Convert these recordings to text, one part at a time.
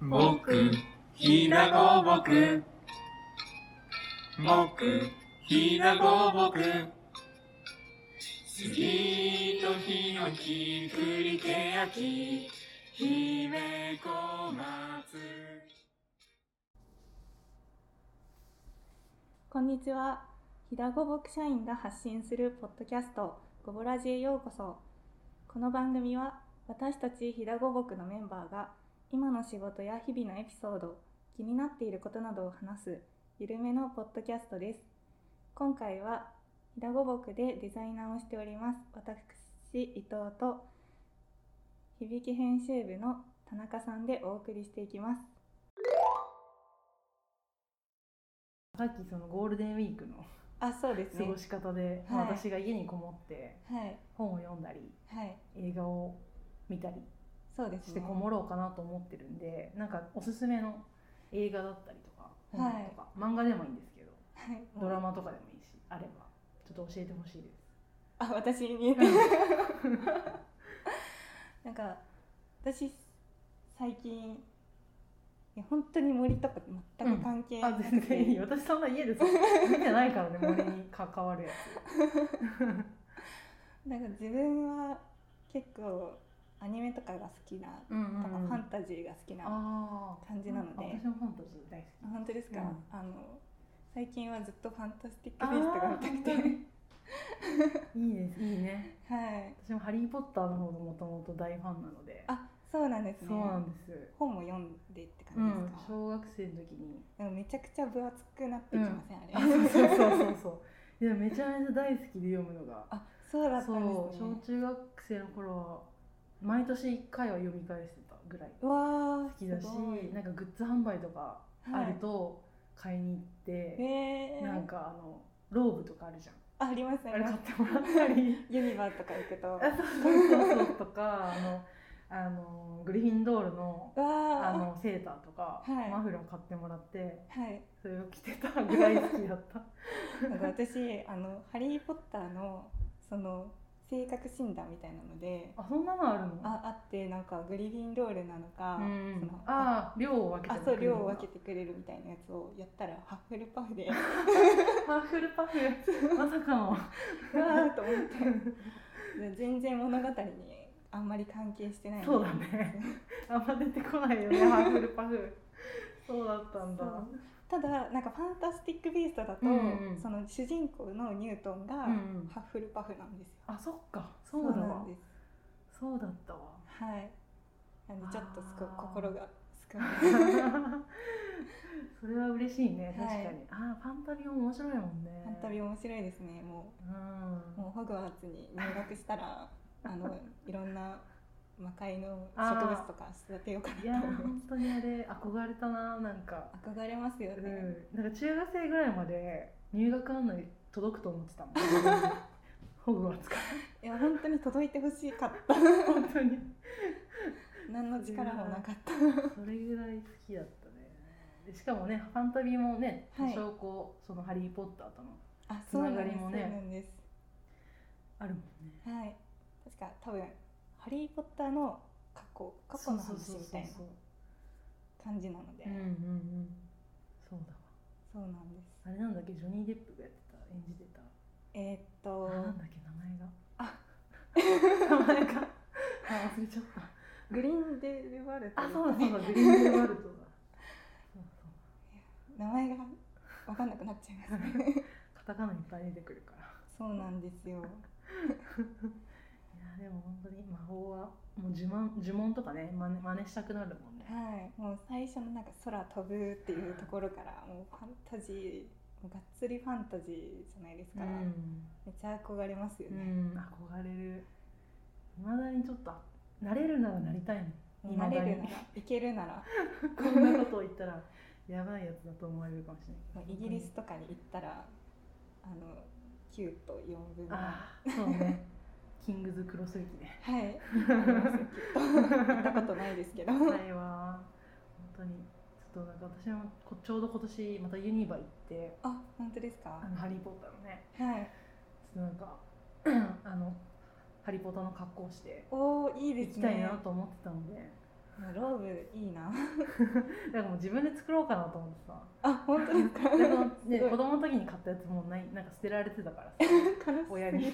僕、ひだごぼく。僕、ひだごぼく。杉とヒノキ、栗けやき、姫小松。 こんにちは。ひだごぼく社員が発信するポッドキャスト、ごぼらじへようこそ。この番組は私たちひだごぼくのメンバーが今の仕事や日々のエピソード、気になっていることなどを話すゆるめのポッドキャストです。今回はひだごぼくでデザイナーをしております私伊藤と響き編集部の田中さんでお送りしていきます。 さっきそのゴールデンウィークのそうですね、 過ごし方で、 はい、 私が家にこもって本を読んだり、 はい、 映画を見たりそうですね、 してこもろうかなと思ってるんで、なんかおすすめの映画だったりとか本とか、漫画でもいいんですけど、 はい、 ドラマとかでもいいし、あればちょっと教えてほしいです。 私になんか私最近本当に森とか全く関係なくて、 全然いい。私そんな家で見てないからね森に関わるやつなんか自分は結構アニメとかが好きな、とかファンタジーが好きな感じなので、 私もファンタジー大好き。 本当ですか？最近はずっとファンタスティック・ビーストが見たくていいです、いいね。 はい。 私もハリー・ポッターの方がもともと大ファンなので。 そうなんですね。 そうなんです。 本も読んでって感じですか？ 小学生の時に。 でもめちゃくちゃ分厚くなってきません、あれ。 そういやめちゃめちゃ大好きで読むのが。 そうだったんですね。 小中学生の頃は毎年1回は読み返してたぐらい好きだし、なんかグッズ販売とかあると買いに行って、なんかローブとかあるじゃん。 ありますね。 あれ買ってもらったりユニバとか行くとそうとかグリフィンドールのセーターとか、マフラー買ってもらって、それを着てたぐらい好きだったなんか私ハリー・ポッターのその性格診断みたいなので、 そんなのあるの？ あって、なんかグリフィンドールなのか、 量を分けてくれる、 量を分けてくれるみたいなやつをやったらハッフルパフでハッフルパフまさかのわーと思って全然物語にあんまり関係してない。 そうだねあんま出てこないよねハッフルパフそうだったんだ。 ただなんかファンタスティック・ビーストだと、その主人公のニュートンがハッフルパフなんですよ。 そっか、そうだわ。そうだったわ。 はい。なんでちょっと心が救われるそれは嬉しいね、確かに。ファンタビ面白いもんね。 ファンタビ面白いですね。もうホグワーツに入学したらいろんな魔界の植物とか育てようかなと。 いや本当にあれ憧れたな。なんか憧れますよね。 なんか中学生ぐらいまで入学案内届くと思ってたもんホグワーツから。 いや本当に届いてほしかった本当に何の力もなかったそれぐらい好きだったね。でしかもねファンタビもね、多少そのハリー・ポッターとのつながりもねあるもんね。 はい。確か多分ハリー・ポッターの過去の話みたいな感じなので。 そうだわ。 そうなんです。 あれなんだっけ、ジョニー・デップがやってた、演じてた。なんだっけ、名前が。忘れちゃった。 グリンデルバルト。 そうだ、グリンデルバルトだ。 名前が分かんなくなっちゃいますねカタカナいっぱい出てくるから。 そうなんですよでも本当に魔法はもう呪文とかね真似したくなるもんね。 はい。もう最初のなんか空飛ぶっていうところからもうファンタジー、がっつりファンタジーじゃないですから、めっちゃ憧れますよね。 憧れる。未だにちょっとなれるならなりたいもん。 なれるならいけるならこんなことを言ったらやばいやつだと思われるかもしれない。 イギリスとかに行ったら9と4分のそうねキングズクロス駅ね。 はい。ありますよきっと。行ったことないですけど。 ないわ。本当にちょっとなんか私もちょうど今年またユニバ行って。 本当ですか？ ハリーポッターのね。 はい。 なんかハリーポッターの格好していいですね。 行きたいなと思ってたので、 ローブいいな。 だからもう自分で作ろうかなと思ってさ。 あ、本当ですか。 でもね、子供の時に買ったやつもうなんか捨てられてたからさ親に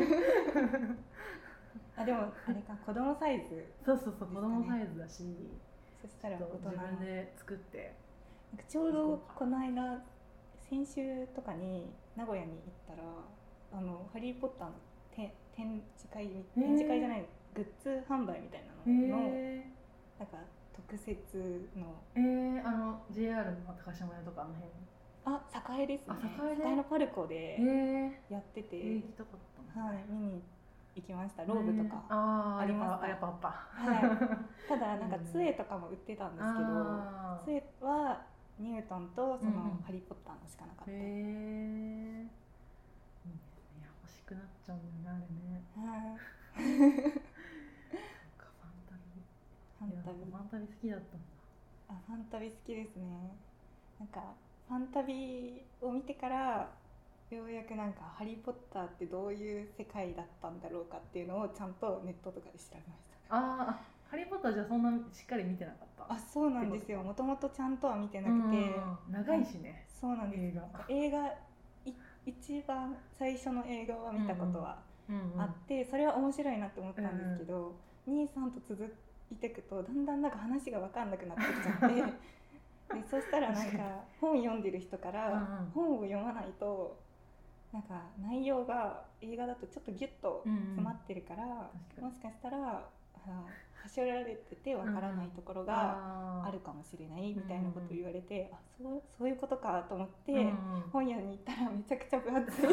あ、でもあれか、子供サイズ、 そうそうそう、子供サイズだし、 そしたら大人自分で作って。 なんかちょうどこの間先週とかに名古屋に行ったらハリーポッターの展示会じゃない、グッズ販売みたいなののなんか特設の JR の高島屋とかあの辺、 栄ですね。栄のパルコでやってて、 行きたかったな。 はい、見に行きました。ローブとかありました。 やっぱあった。 はい。ただなんか杖とかも売ってたんですけど、杖はニュートンとそのハリーポッターのしかなかった。 いいですね。欲しくなっちゃうんだよね、あれね。はい。ファンタビ好きだったんだ。 ファンタビ好きですね。なんかファンタビを見てからようやくなんかハリーポッターってどういう世界だったんだろうかっていうのをちゃんとネットとかで調べました。 ハリーポッターじゃそんなしっかり見てなかった。 そうなんですよ。もともとちゃんとは見てなくて、 長いしね。 そうなんです。映画一番最初の映画は見たことはあって、それは面白いなって思ったんですけど、兄さんと続いていくとだんだんなんか話が分かんなくなってきちゃってでそしたらなんか本読んでる人から本を読まないとなんか内容が映画だとちょっとギュッと詰まってるから、もしかしたらはしょられててわからないところがあるかもしれないみたいなことを言われて、そういうことかと思って、本屋に行ったらめちゃくちゃ分厚い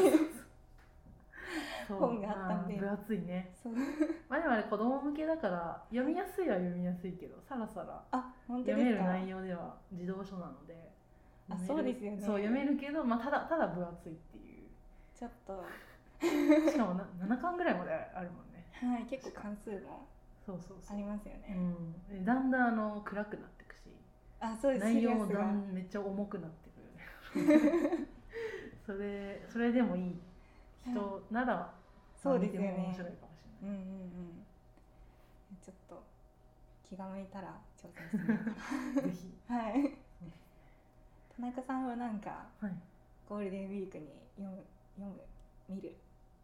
本があったんで。 分厚いね。でもあれ子供向けだから読みやすいは読みやすいけど、さらさら読める内容では児童書なので、 そうですよね。 そう読めるけど、ただ分厚いっていう。 ちょっとしかも7巻ぐらいまであるもんね。 はい、結構関数もありますよね。 だんだん暗くなっていくし、 そうです。 内容もめっちゃ重くなってくるねそれでもいい人ならそうですよね。 面白いかもしれない。 ちょっと気が向いたら挑戦してみようかなぜひ。はい。田中さんはなんか、ゴールデンウィークに見る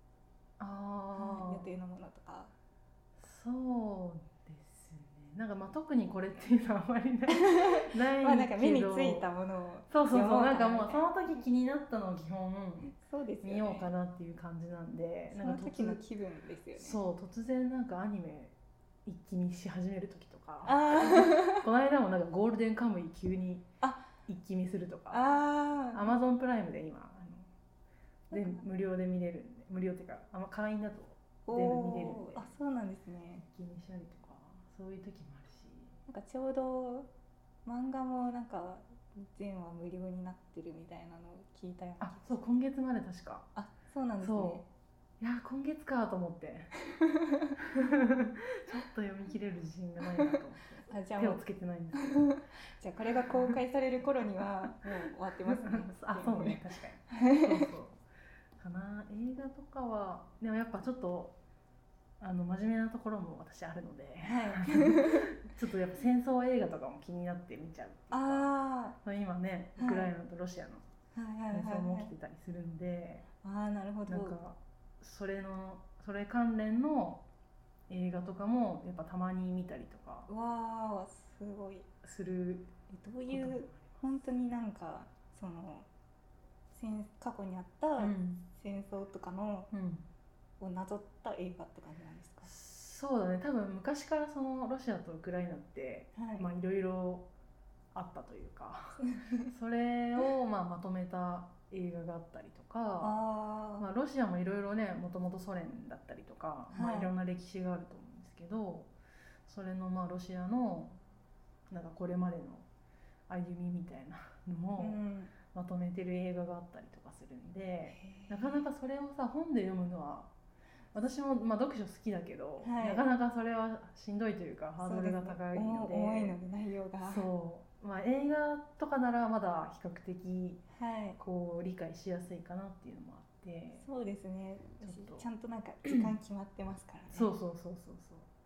予定のものとか。 そうですね。なんか特にこれっていうのはあまりないけどなんか目についたものをなんかもうその時気になったのを基本見ようかなっていう感じなんで、 その時の気分ですよね。 そう突然なんかアニメ一気見し始める時とかこの間もなんかゴールデンカムイ急に一気見するとか、Amazon プライムで今で無料で見れるんで、無料っていうか会員だと全部見れるんで。 そうなんですね。 一気見したりとかそういう時もあるし、 なんかちょうど漫画もなんか全話無料になってるみたいなのを聞いたような。 そう今月まで確か。 そうなんですね。 いや今月かと思ってちょっと読み切れる自信がないなと思って手をつけてないんですけどじゃあこれが公開される頃にはもう終わってますねそうね、確かにそうかな。映画とかはでもやっぱちょっと真面目なところも私あるので、ちょっとやっぱ戦争映画とかも気になって見ちゃうっていうか、今ねウクライナとロシアの戦争も起きてたりするんで、 なるほど。 なんかそれ関連の映画とかもやっぱたまに見たりとかすごいする。 どういう本当になんかその過去にあった戦争とかのをなぞった映画って感じなんですか？ そうだね、多分昔からそのロシアとウクライナっていろいろあったというかそれをまとめた映画があったりとか、ロシアもいろいろねもともとソ連だったりとか、いろんな歴史があると思うんですけど、それのロシアのなんかこれまでの歩みみたいなのをまとめてる映画があったりとかするんで、なかなかそれを本で読むのは私も読書好きだけど、なかなかそれはしんどいというかハードルが高いので、 重いので内容が映画とかならまだ比較的こう理解しやすいかなっていうのもあって。 そうですね、ちゃんとなんか時間決まってますからね。 そう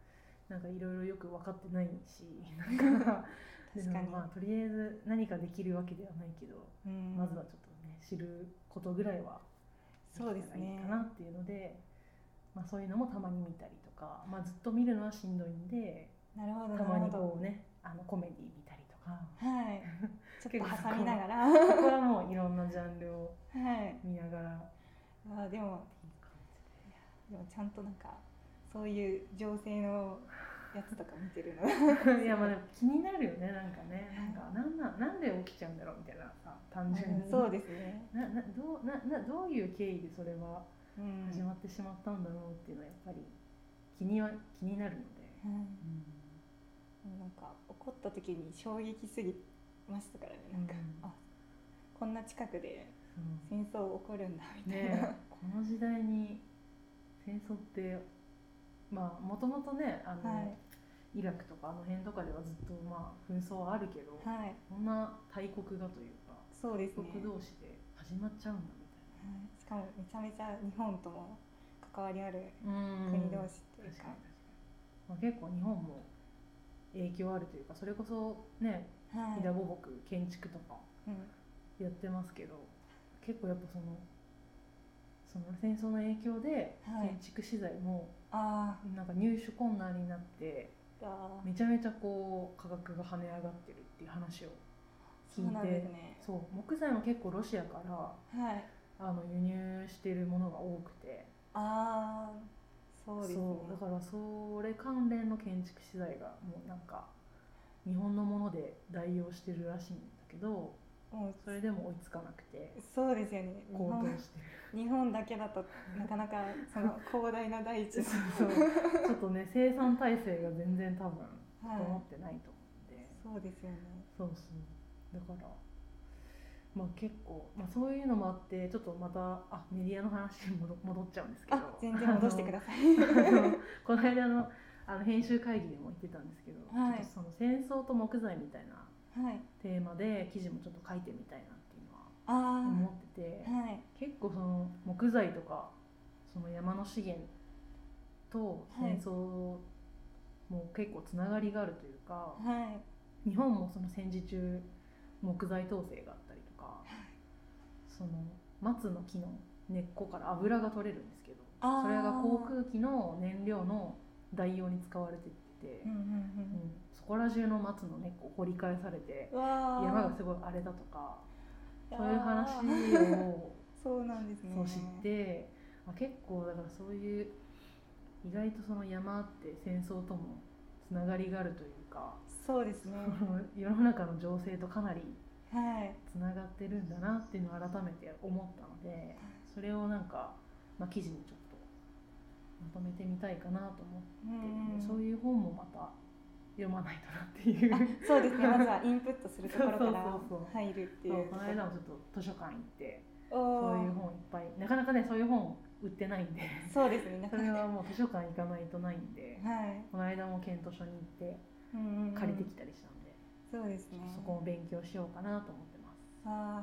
なんかいろいろよく分かってないし、なんかでもまあとりあえず何かできるわけではないけど、まずはちょっとね知ることぐらいはそうですねいいかなっていうので、まあ、そういうのもたまに見たりとか、まあ、ずっと見るのはしんどいんで、 なるほどたまにこうねコメディ見たりとか、 はい、ちょっと挟みながらそこはもういろんなジャンルを見ながら、 はい、でもちゃんとなんかそういう情勢のやつとか見てるのいやまあでも気になるよね、なんかね、なんで起きちゃうんだろうみたいなさ、単純に、 そうですね、 どういう経緯でそれは始まってしまったんだろうっていうのはやっぱり気になるので、 なんか起こった時に衝撃すぎましたからね、なんか、こんな近くで戦争起こるんだみたいな、 ね、この時代に戦争ってまあもともとねイラクとかあの辺とかではずっとまあ紛争はあるけど、こんな大国がというか、 そうですね、 国同士で始まっちゃうんだみたいな、 しかもめちゃめちゃ日本とも関わりある国同士というか、 まあ、結構日本も影響あるというか、それこそね、飛騨五木建築とかやってますけど、結構やっぱその戦争の影響で建築資材もなんか入手困難になってめちゃめちゃこう価格が跳ね上がってるっていう話を聞いて、そう木材も結構ロシアから輸入してるものが多くて、 そうですね、 だからそれ関連の建築資材がもうなんか日本のもので代用してるらしいんだけど、それでも追いつかなくて、 そうですよね、 高騰してる。 日本だけだとなかなかその広大な大地のそうちょっとね生産体制が全然多分整ってないと思うんで、 そうですよね、 そうだからまあ結構、まあ、そういうのもあってちょっとまたメディアの話に戻っちゃうんですけど、 全然戻してくださいこの間の編集会議でも言ってたんですけど、ちょっとその戦争と木材みたいなテーマで記事もちょっと書いてみたいなっていうのは思ってて、結構その木材とかその山の資源と戦争も結構つながりがあるというか、日本もその戦時中木材統制があったりとか、その松の木の根っこから油が取れるんですけど、それが航空機の燃料の代用に使われてて、そこら中の松の根っこ掘り返されて山がすごい荒れたとか、そういう話をそうなんですね、 知って、結構だからそういう意外とその山って戦争ともつながりがあるというか、 そうですね世の中の情勢とかなりつながってるんだなっていうのを改めて思ったので、それをなんか、記事にちょっとまとめてみたいかなと思って、そういう本もまた読まないとなっていうそうですね、まずはインプットするところから入るっていう。 この間もちょっと図書館行ってそういう本いっぱい、なかなかねそういう本売ってないんで、 そうですね、 それはもう図書館行かないとないんで、この間も県図書に行って借りてきたりしたんで、 そうですね、 そこも勉強しようかなと思ってます。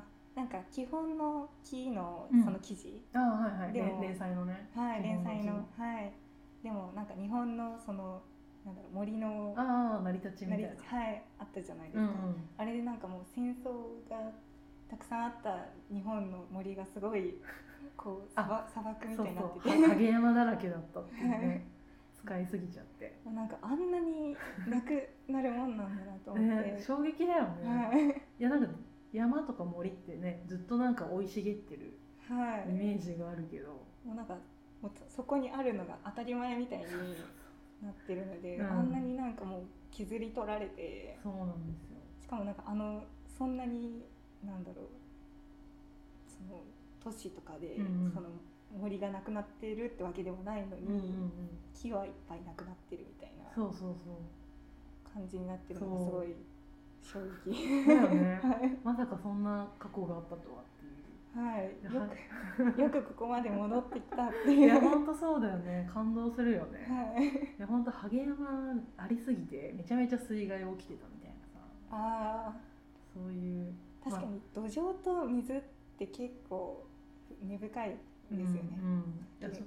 なんか基本の木のその記事、 連載のね、 連載の、でもなんか日本のそのなんだろう森の成り立ちみたいな、 あったじゃないですか、あれでなんかもう戦争がたくさんあった日本の森がすごいこう砂漠みたいになってて、 影山だらけだったっていうね使いすぎちゃってなんかあんなになくなるもんなんだなと思って、 衝撃だよね、いやなんか山とか森ってねずっとなんか生い茂ってるイメージがあるけど、 もうなんかもうそこにあるのが当たり前みたいになってるので、あんなになんかもう削り取られて、 そうなんですよ。 しかもなんかそんなになんだろう、その都市とかでその森がなくなってるってわけでもないのに、木はいっぱいなくなってるみたいな感じになってるのがすごい衝撃だよねまさかそんな過去があったとはっていう、 よくここまで戻ってきたっていう。 いや本当そうだよね、感動するよね、いや本当萩山ありすぎてめちゃめちゃ水害起きてたみたいなさ、そういう確かに土壌と水って結構根深いですよね、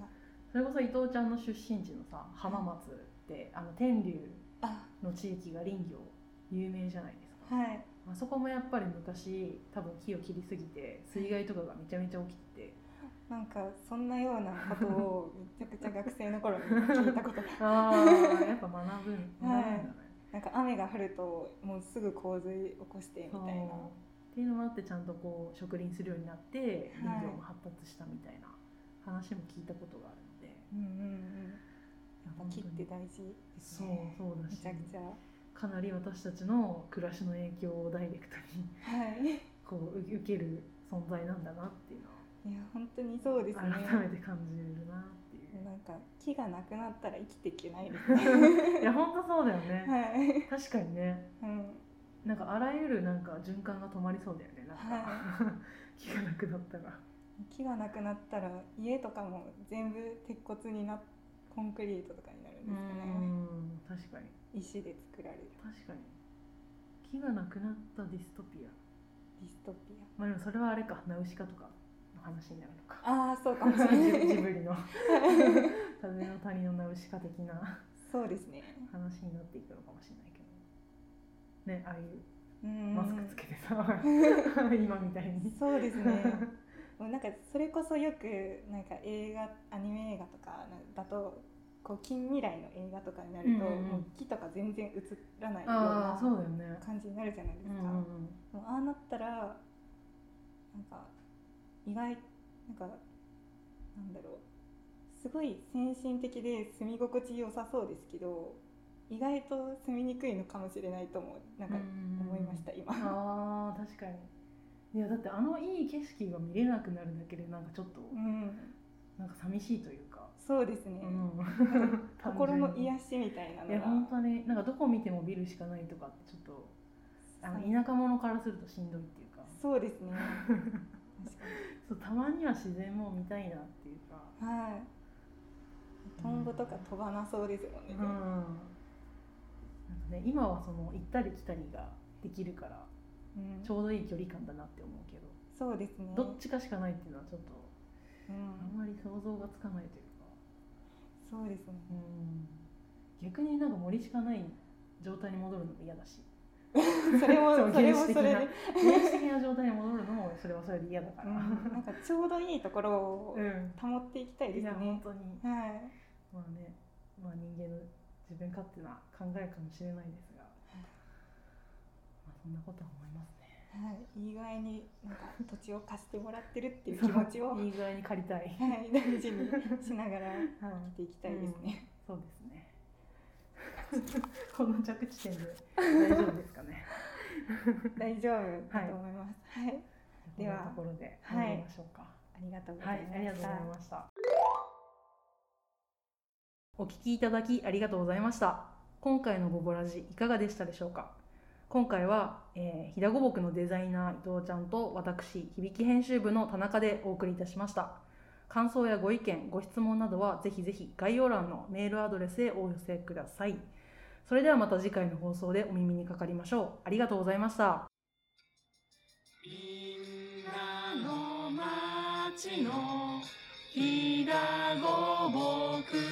それこそ伊藤ちゃんの出身地のさ浜松って天竜の地域が林業有名じゃないですか。 はい。 あそこもやっぱり昔多分木を切りすぎて水害とかがめちゃめちゃ起きてて、 なんかそんなようなことをめちゃくちゃ学生の頃に聞いたことがああやっぱ学ぶんだね、はい、 なんか雨が降るともうすぐ洪水起こしてみたいなっていうのもあってちゃんとこう植林するようになって林業も発達したみたいな話も聞いたことがあるので、 やっぱ木って大事ですね。 そうだし、 めちゃくちゃかなり私たちの暮らしの影響をダイレクトに、こう受ける存在なんだなっていうのはいや本当にそうですね。 改めて感じるなっていう。 なんか木がなくなったら生きていけないですねいや本当そうだよね、確かにね、なんかあらゆるなんか循環が止まりそうだよね。なんか、木がなくなったら木がなくなったら家とかも全部鉄骨にコンクリートとかになるんですかね。 確かに石で作られる。 確かに木がなくなったディストピア。 まあでもそれはあれか、ナウシカとかの話になるのか。 ああそうかもしれないジブリの風の谷のナウシカ的なそうですね話になっていくのかもしれないけどね、ああいうマスクつけてさ今みたいにそうですねなんかそれこそよくなんかアニメ映画とかだとこう近未来の映画とかになると、もう木とか全然映らないような感じになるじゃないですか。もうああなったらなんか意外なんかなんだろう、すごい先進的で住み心地良さそうですけど意外と住みにくいのかもしれないともなんか思いました今。 あ確かに。いやだっていい景色が見れなくなるだけでなんかちょっと、なんか寂しいというか。 そうですね、心の癒しみたいなのが。 いや本当になんかどこ見てもビルしかないとかってちょっと田舎者からするとしんどいっていうか。 そうですね確かにそうたまには自然も見たいなっていうか。 トンボとか飛ばなそうですもんね。 なんかね、今はその行ったり来たりができるから、ちょうどいい距離感だなって思うけど。 そうですね。 どっちかしかないっていうのはちょっと、あんまり想像がつかないというか。 そうですね。 逆になんか森しかない状態に戻るのも嫌だし。 それもそれで原始的な状態に戻るのもそれはそれで嫌だから、 なんかちょうどいいところを保っていきたいですね。 いや本当に、まあね、人間の自分勝手な考えかもしれないですが、そんなことは思いますね。 いい具合になんか土地を貸してもらってるっていう気持ちをいい具合に借りたい、 大事にしながら生きていきたいですね。 そうですねこの着地点で大丈夫ですかね大丈夫だと思います。 ではこのところで終わりましょうか。 ありがとうございました。 ありがとうございました。お聞きいただきありがとうございました。今回のごぼラジいかがでしたでしょうか。今回は、飛騨ごぼくのデザイナー伊藤ちゃんと私響き編集部の田中でお送りいたしました。感想やご意見ご質問などはぜひぜひ概要欄のメールアドレスへお寄せください。それではまた次回の放送でお耳にかかりましょう。ありがとうございました。 みんなの町の飛騨ごぼく、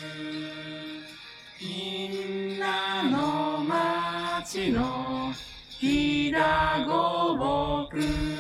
みんなの町の飛騨ごぼく。